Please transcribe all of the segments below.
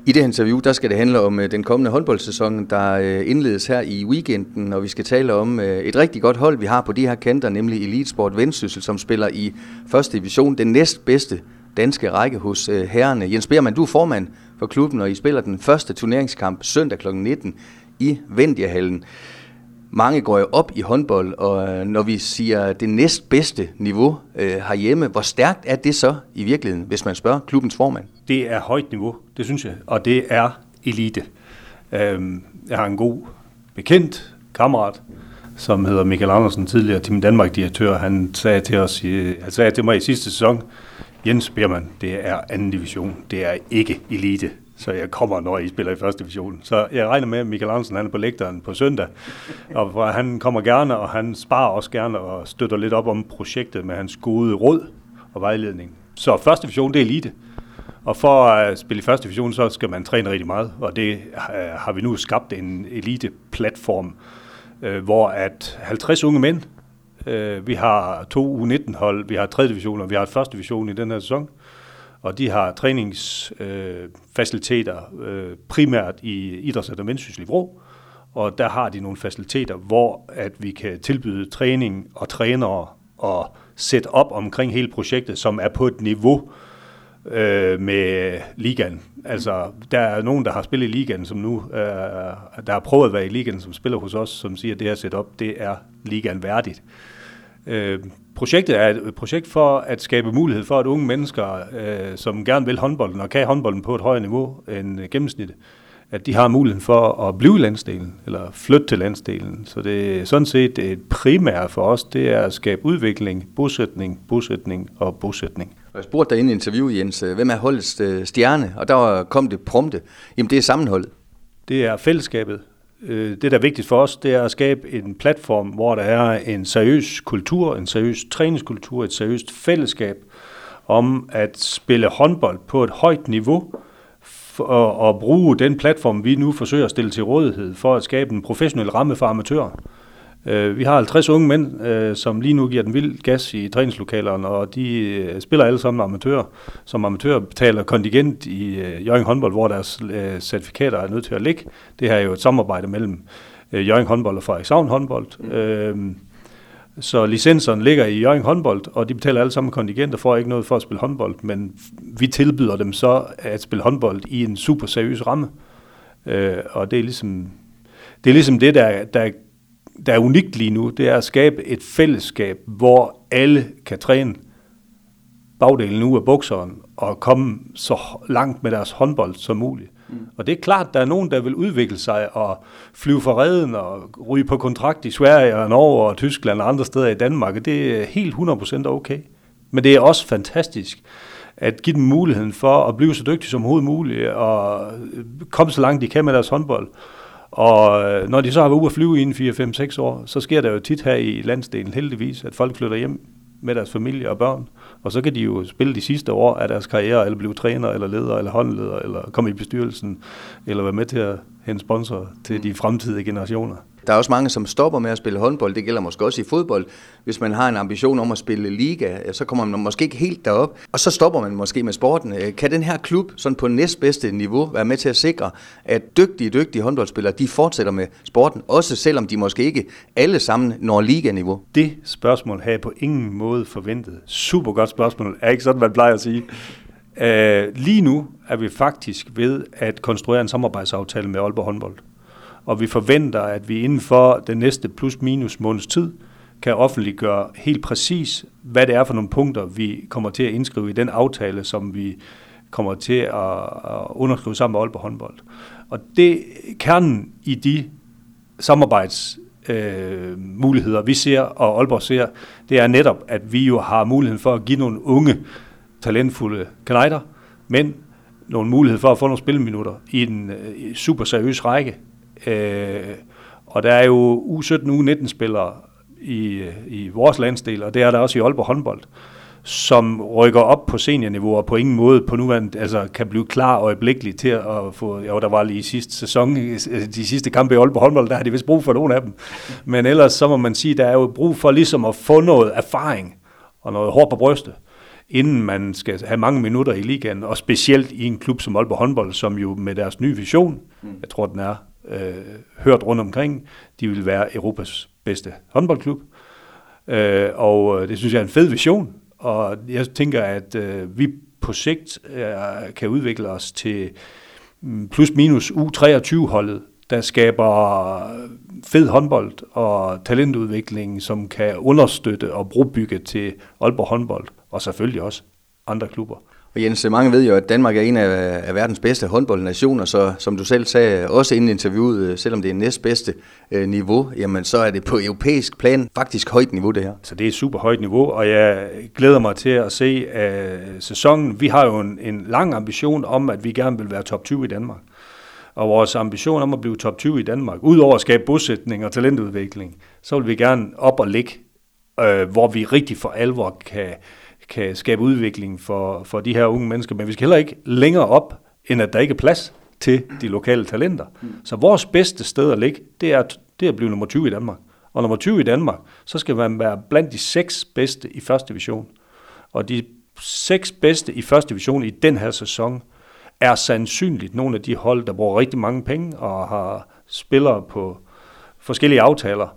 I det interview, der skal det handle om den kommende håndboldsæson, der indledes her i weekenden, og vi skal tale om et rigtig godt hold, vi har på de her kanter, nemlig Elitesport Vendsyssel, som spiller i første division, den næstbedste danske række hos herrerne. Jens Bermann, du er formand for klubben, og I spiller den første turneringskamp søndag kl. 19 i Vendiahallen. Mange går jo op i håndbold, og når vi siger det næstbedste niveau herhjemme, hvor stærkt er det så i virkeligheden, hvis man spørger klubbens formand? Det er højt niveau, det synes jeg, og det er elite. Jeg har en god bekendt kammerat, som hedder Michael Andersen, tidligere Team Danmark-direktør. Han sagde til mig i sidste sæson, Jens Bermann, det er anden division, det er ikke elite. Så jeg kommer, når I spiller i første division. Så jeg regner med, at Michael Andersen han er på lægteren på søndag. Og han kommer gerne, og han sparer også gerne og støtter lidt op om projektet med hans gode råd og vejledning. Så første division, det er elite. Og for at spille i første division, så skal man træne rigtig meget. Og det har vi nu skabt en elite-platform, hvor at 50 unge mænd, vi har 2 U19-hold, vi har 3. division, og vi har et første division i den her sæson. Og de har træningsfaciliteter primært i Idrætscenter Vendsyssel i Vrå. Og der har de nogle faciliteter, hvor at vi kan tilbyde træning og trænere og sætte op omkring hele projektet, som er på et niveau med ligaen. Altså, der er nogen, der har spillet i ligaen, som nu, der har prøvet at være i ligaen, som spiller hos os, som siger, at det her setup, det er ligaen værdigt. Projektet er et projekt for at skabe mulighed for, at unge mennesker, som gerne vil håndbolden og kan håndbolden på et højere niveau end gennemsnittet, at de har muligheden for at blive i landsdelen, eller flytte til landsdelen. Så det er sådan set et primært for os, det er at skabe udvikling, bosætning og bosætning. Jeg spurgte dig i en interview, Jens, hvem er holdets stjerne? Og der kom det prompte. Jamen, det er sammenholdet. Det er fællesskabet. Det, der er vigtigt for os, det er at skabe en platform, hvor der er en seriøs kultur, en seriøs træningskultur, et seriøst fællesskab om at spille håndbold på et højt niveau og bruge den platform, vi nu forsøger at stille til rådighed for at skabe en professionel ramme for amatører. Vi har 50 unge mænd, som lige nu giver den vild gas i træningslokalerne, og de spiller alle sammen amatører. Som amatører betaler kontingent i Hjørring Håndbold, hvor deres certifikater er nødt til at ligge. Det her er jo et samarbejde mellem Hjørring Håndbold og Frederikshavn Håndbold. Så licenserne ligger i Hjørring Håndbold, og de betaler alle sammen kontingent og får ikke noget for at spille håndbold, men vi tilbyder dem så at spille håndbold i en super seriøs ramme. Og det er ligesom det, der er unikt lige nu, det er at skabe et fællesskab, hvor alle kan træne bagdelen ud af bukseren og komme så langt med deres håndbold som muligt. Og det er klart, at der er nogen, der vil udvikle sig og flyve fra reden og ryge på kontrakt i Sverige og Norge og Tyskland og andre steder i Danmark, og det er helt 100% okay. Men det er også fantastisk at give dem muligheden for at blive så dygtige som overhovedet muligt og komme så langt de kan med deres håndbold. Og når de så har været ude at flyve inden 4, 5, 6 år, så sker der jo tit her i landsdelen heldigvis, at folk flytter hjem med deres familie og børn. Og så kan de jo spille de sidste år af deres karriere, eller blive træner, eller leder, eller håndleder, eller komme i bestyrelsen, eller være med til at hente sponsorer til de fremtidige generationer. Der er også mange, som stopper med at spille håndbold. Det gælder måske også i fodbold. Hvis man har en ambition om at spille liga, så kommer man måske ikke helt derop. Og så stopper man måske med sporten. Kan den her klub sådan på næstbedste niveau være med til at sikre, at dygtige håndboldspillere, de fortsætter med sporten, også selvom de måske ikke alle sammen når liganiveau? Det spørgsmål har jeg på ingen måde forventet. Super godt spørgsmål. Er ikke sådan, man plejer at sige. Lige nu er vi faktisk ved at konstruere en samarbejdsaftale med Aalborg Håndbold. Og vi forventer, at vi inden for den næste plus-minus måneds tid kan offentliggøre helt præcis, hvad det er for nogle punkter, vi kommer til at indskrive i den aftale, som vi kommer til at underskrive sammen med Aalborg Håndbold. Og det kernen i de samarbejdsmuligheder, vi ser og Aalborg ser, det er netop, at vi jo har muligheden for at give nogle unge, talentfulde knejder, men nogle mulighed for at få nogle spilminutter i en super seriøs række. Og der er jo U17, U19-spillere i vores landsdel, og det er der også i Aalborg Håndbold, som rykker op på seniorniveau og på ingen måde på nuværende, altså kan blive klar øjeblikkeligt til at få, jo der var lige sidste sæson, de sidste kampe i Aalborg Håndbold, der har de vist brug for nogle af dem. Men ellers så må man sige, der er jo brug for ligesom at få noget erfaring og noget hår på brystet, inden man skal have mange minutter i ligaen, og specielt i en klub som Aalborg Håndbold, som jo med deres nye vision, jeg tror den er hørt rundt omkring, de vil være Europas bedste håndboldklub. Og det synes jeg er en fed vision, og jeg tænker, at vi på sigt kan udvikle os til plus minus U23-holdet, der skaber fed håndbold og talentudvikling, som kan understøtte og brobygge til Aalborg Håndbold, og selvfølgelig også andre klubber. Og Jens, mange ved jo, at Danmark er en af verdens bedste håndboldnationer, så som du selv sagde, også inden interviewet, selvom det er næstbedste niveau, jamen så er det på europæisk plan faktisk højt niveau det her. Så det er et super højt niveau, og jeg glæder mig til at se sæsonen. Vi har jo en lang ambition om, at vi gerne vil være top 20 i Danmark. Og vores ambition om at blive top 20 i Danmark, udover at skabe bosætning og talentudvikling, så vil vi gerne op og ligge, hvor vi rigtig for alvor kan skabe udvikling for de her unge mennesker. Men vi skal heller ikke længere op, end at der ikke er plads til de lokale talenter. Så vores bedste sted at ligge, det er at blive nummer 20 i Danmark. Og nummer 20 i Danmark, så skal man være blandt de 6 bedste i første division. Og de 6 bedste i første division i den her sæson, er sandsynligt nogle af de hold, der bruger rigtig mange penge og har spillere på forskellige aftaler.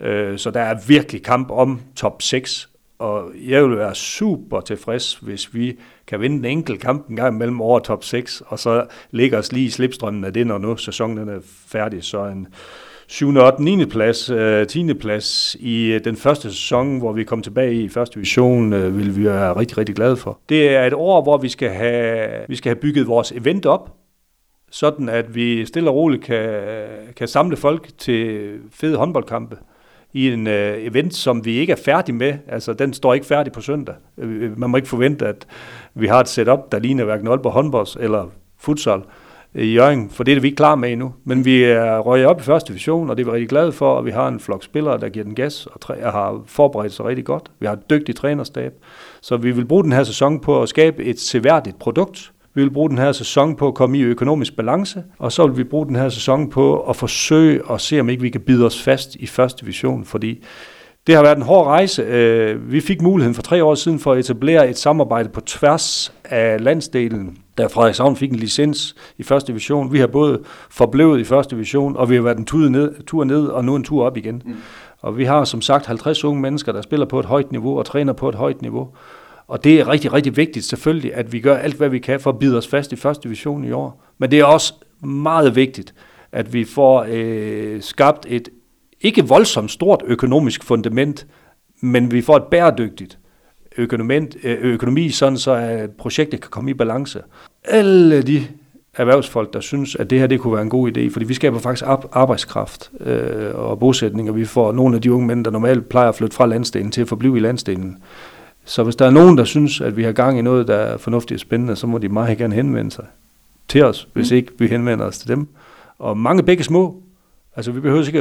Så der er virkelig kamp om top 6, og jeg vil være super tilfreds, hvis vi kan vinde en enkelt kamp en gang mellem over top 6, og så ligger os lige i slipstrømmen af det, når nu sæsonen er færdig. Så en 7., 8., 9. plads, 10. plads i den første sæson, hvor vi kom tilbage i første division, vil vi være rigtig, rigtig glade for. Det er et år, hvor vi skal have bygget vores event op, sådan at vi stille og roligt kan samle folk til fede håndboldkampe i en event, som vi ikke er færdige med. Altså, den står ikke færdig på søndag. Man må ikke forvente, at vi har et setup, der ligner hverken Aalborg Håndbold eller futsal i Hjørring, for det er vi ikke klar med endnu. Men vi er røget op i første division, og det er vi rigtig glade for, og vi har en flok spillere, der giver den gas, og har forberedt sig rigtig godt. Vi har et dygtigt trænerstab, så vi vil bruge den her sæson på at skabe et seværdigt produkt. Vi vil bruge den her sæson på at komme i økonomisk balance, og så vil vi bruge den her sæson på at forsøge at se, om ikke vi kan bide os fast i første division, fordi det har været en hård rejse. Vi fik muligheden for 3 år siden for at etablere et samarbejde på tværs af landsdelen, da Frederikshavn fik en licens i første division. Vi har både forblevet i første division, og vi har været en tur ned og nu en tur op igen. Og vi har som sagt 50 unge mennesker, der spiller på et højt niveau og træner på et højt niveau. Og det er rigtig, rigtig vigtigt selvfølgelig, at vi gør alt, hvad vi kan for at bide os fast i første division i år. Men det er også meget vigtigt, at vi får skabt et ikke voldsomt stort økonomisk fundament, men vi får et bæredygtigt økonomi, sådan så at projektet kan komme i balance. Alle de erhvervsfolk, der synes, at det her det kunne være en god idé, fordi vi skaber faktisk arbejdskraft og bosætning, og vi får nogle af de unge mænd, der normalt plejer at flytte fra landsdelen til at forblive i landsdelen. Så hvis der er nogen, der synes, at vi har gang i noget, der er fornuftigt og spændende, så må de meget gerne henvende sig til os, hvis ikke vi henvender os til dem. Og mange begge små. Altså vi behøver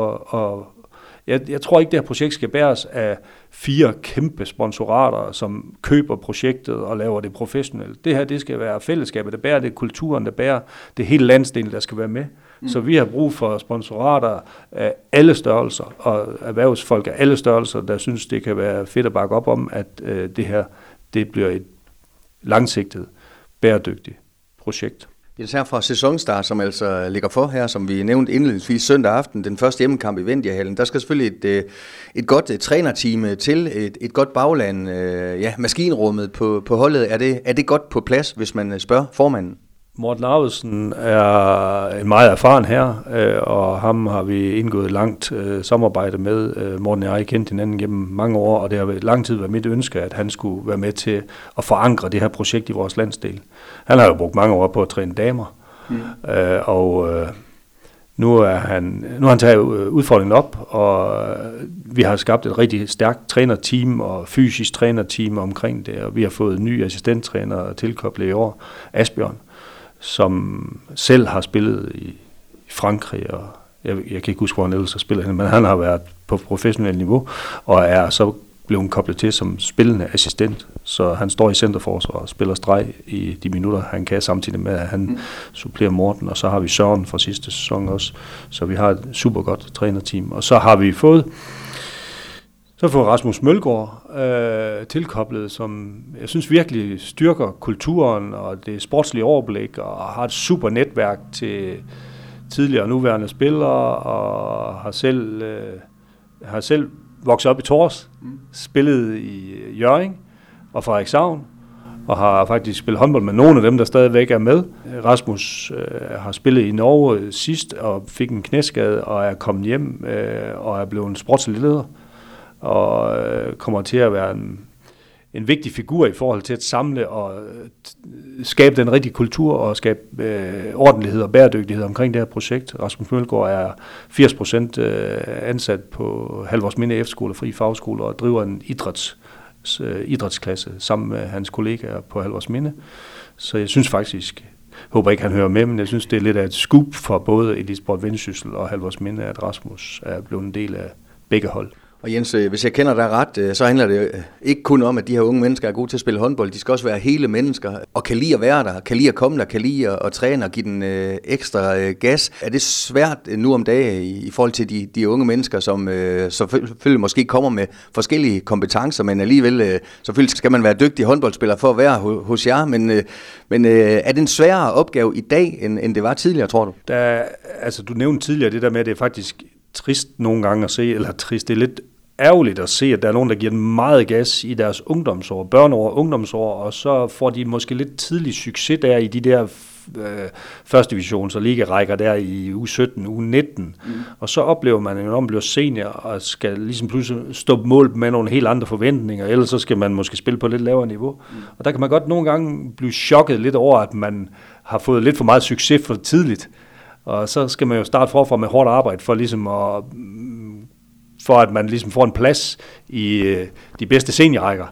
ikke jeg tror ikke, det her projekt skal bæres af 4 kæmpe sponsorater, som køber projektet og laver det professionelt. Det her, det skal være fællesskabet, der bærer det, kulturen, der bærer det, hele landsdelen, der skal være med. Så vi har brug for sponsorater af alle størrelser, og erhvervsfolk af alle størrelser, der synes, det kan være fedt at bakke op om, at det her, det bliver et langsigtet, bæredygtigt projekt. Det er her fra sæsonstart, som altså ligger for her, som vi nævnte indledningsvis søndag aften, den første hjemmekamp i Vendiahallen. Der skal selvfølgelig et godt trænerteam til, et godt bagland, maskinrummet på holdet. Er det godt på plads, hvis man spørger formanden? Morten Arvidsen er en meget erfaren her, og ham har vi indgået et langt samarbejde med. Morten og jeg kendt hinanden gennem mange år, og det har lang tid været mit ønske, at han skulle være med til at forankre det her projekt i vores landsdel. Han har jo brugt mange år på at træne damer, nu har han taget udfordringen op, og vi har skabt et rigtig stærkt trænerteam og fysisk trænerteam omkring det, og vi har fået en ny assistenttræner tilkoblet i år, Asbjørn, som selv har spillet i Frankrig, og jeg kan ikke huske, hvor han ellers har spillet, men han har været på professionelt niveau, og er så blevet koblet til som spillende assistent, så han står i centerforsvar og spiller streg i de minutter, han kan, samtidig med, at han supplerer Morten, og så har vi Søren fra sidste sæson også, så vi har et super godt trænerteam, og så har vi fået Så får Rasmus Mølgaard tilkoblet, som jeg synes virkelig styrker kulturen og det sportslige overblik, og har et super netværk til tidligere og nuværende spillere, og har selv vokset op i Tors, spillet i Hjørring og Frederikshavn, og har faktisk spillet håndbold med nogle af dem, der stadigvæk er med. Rasmus har spillet i Norge sidst og fik en knæskade og er kommet hjem og er blevet en sportslig leder, og kommer til at være en vigtig figur i forhold til at samle og skabe den rigtige kultur og skabe ordentlighed og bæredygtighed omkring det her projekt. Rasmus Mølgaard er 80% ansat på Halvorsminde Efterskole og Fri Fagskole og driver en idrætsklasse sammen med hans kollegaer på Halvorsminde. Så jeg synes faktisk, håber ikke han hører med, men jeg synes det er lidt af et scoop for både Elitesport Vendsyssel og Halvorsminde, at Rasmus er blevet en del af begge hold. Og Jens, hvis jeg kender dig ret, så handler det ikke kun om, at de her unge mennesker er gode til at spille håndbold. De skal også være hele mennesker, og kan lide at være der, kan lide at komme der, kan lide at træne og give den ekstra gas. Er det svært nu om dagen i forhold til de unge mennesker, som selvfølgelig måske kommer med forskellige kompetencer, men alligevel selvfølgelig skal man være dygtig håndboldspiller for at være hos jer. Men er det en sværere opgave i dag, end det var tidligere, tror du? Du nævnte tidligere det der med, at det er faktisk trist nogle gange at se, eller trist, det er lidt ærgerligt at se, at der er nogen, der giver meget gas i deres ungdomsår, børneår og ungdomsår, og så får de måske lidt tidlig succes der i de der første divisions- og ligarækker der i uge 17, uge 19, og så oplever man, at man bliver senior og skal ligesom pludselig stå på mål med nogle helt andre forventninger, ellers så skal man måske spille på lidt lavere niveau. Og der kan man godt nogle gange blive chokket lidt over, at man har fået lidt for meget succes for tidligt. Og så skal man jo starte forfra med hårdt arbejde for at man ligesom får en plads i de bedste seniorrækker.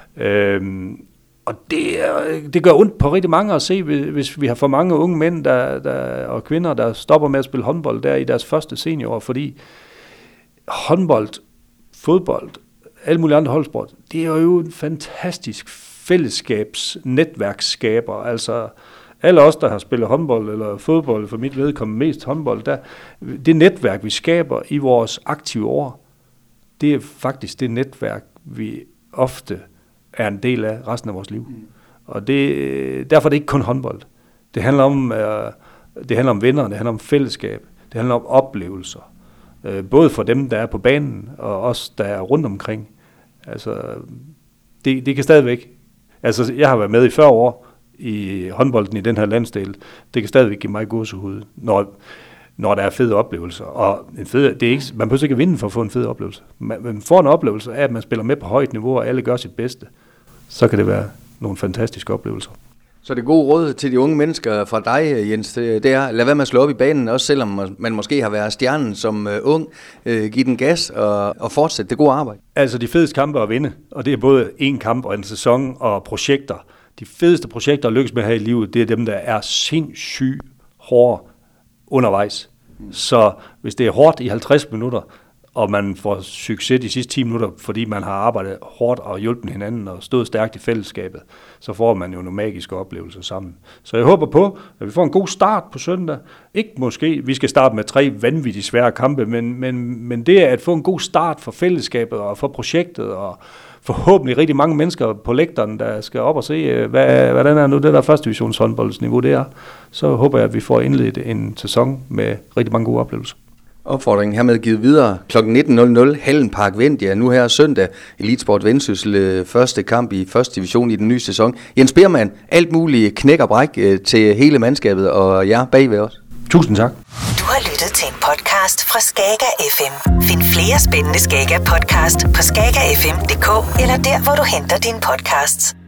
Og det gør ondt på rigtig mange at se, hvis vi har for mange unge mænd og kvinder, der stopper med at spille håndbold der i deres første seniorår, fordi håndbold, fodbold, alle mulige andre holdsport, det er jo en fantastisk fællesskabsnetværksskaber, altså alle os, der har spillet håndbold eller fodbold, for mit vedkommende mest håndbold, det netværk, vi skaber i vores aktive år, det er faktisk det netværk, vi ofte er en del af resten af vores liv. Og derfor er det ikke kun håndbold. Det handler om venner, det handler om fællesskab, det handler om oplevelser. Både for dem, der er på banen, og os, der er rundt omkring. Altså, det kan stadigvæk. Altså, jeg har været med i 40 år, i håndbolden i den her landsdel, det kan stadigvæk give mig gåsehud, når der er fede oplevelser. Og det er ikke, man behøver ikke at vinde for at få en fed oplevelse. Man får en oplevelse af, at man spiller med på højt niveau, og alle gør sit bedste. Så kan det være nogle fantastiske oplevelser. Så det gode råd til de unge mennesker fra dig, Jens, det er, lad være med at slå op i banen, også selvom man måske har været stjernen som ung. Giv den gas og fortsætte det gode arbejde. Altså de fedeste kampe at vinde, og det er både en kamp og en sæson og projekter. De fedeste projekter at lykkes med her i livet, det er dem, der er sindssygt hårde undervejs. Så hvis det er hårdt i 50 minutter, og man får succes de sidste 10 minutter, fordi man har arbejdet hårdt og hjulpet hinanden og stået stærkt i fællesskabet, så får man jo nogle magiske oplevelser sammen. Så jeg håber på, at vi får en god start på søndag. Ikke måske, vi skal starte med 3 vanvittigt svære kampe, men det er at få en god start for fællesskabet og for projektet, og forhåbentlig rigtig mange mennesker på lægteren, der skal op og se, hvordan er nu det der første divisions håndboldsniveau det er. Så håber jeg, at vi får indledt en sæson med rigtig mange gode oplevelser. Opfordringen hermed givet videre kl. 19.00 Hallen Park Vendia, nu her søndag, Elitesport Vendsyssel, første kamp i første division i den nye sæson. Jens Bermann, alt muligt knæk og bræk til hele mandskabet og jer bagved os. Tusind tak. Du har lyttet til en podcast fra Skager FM. Find flere spændende Skager podcast på skagerfm.dk eller der, hvor du henter dine podcasts.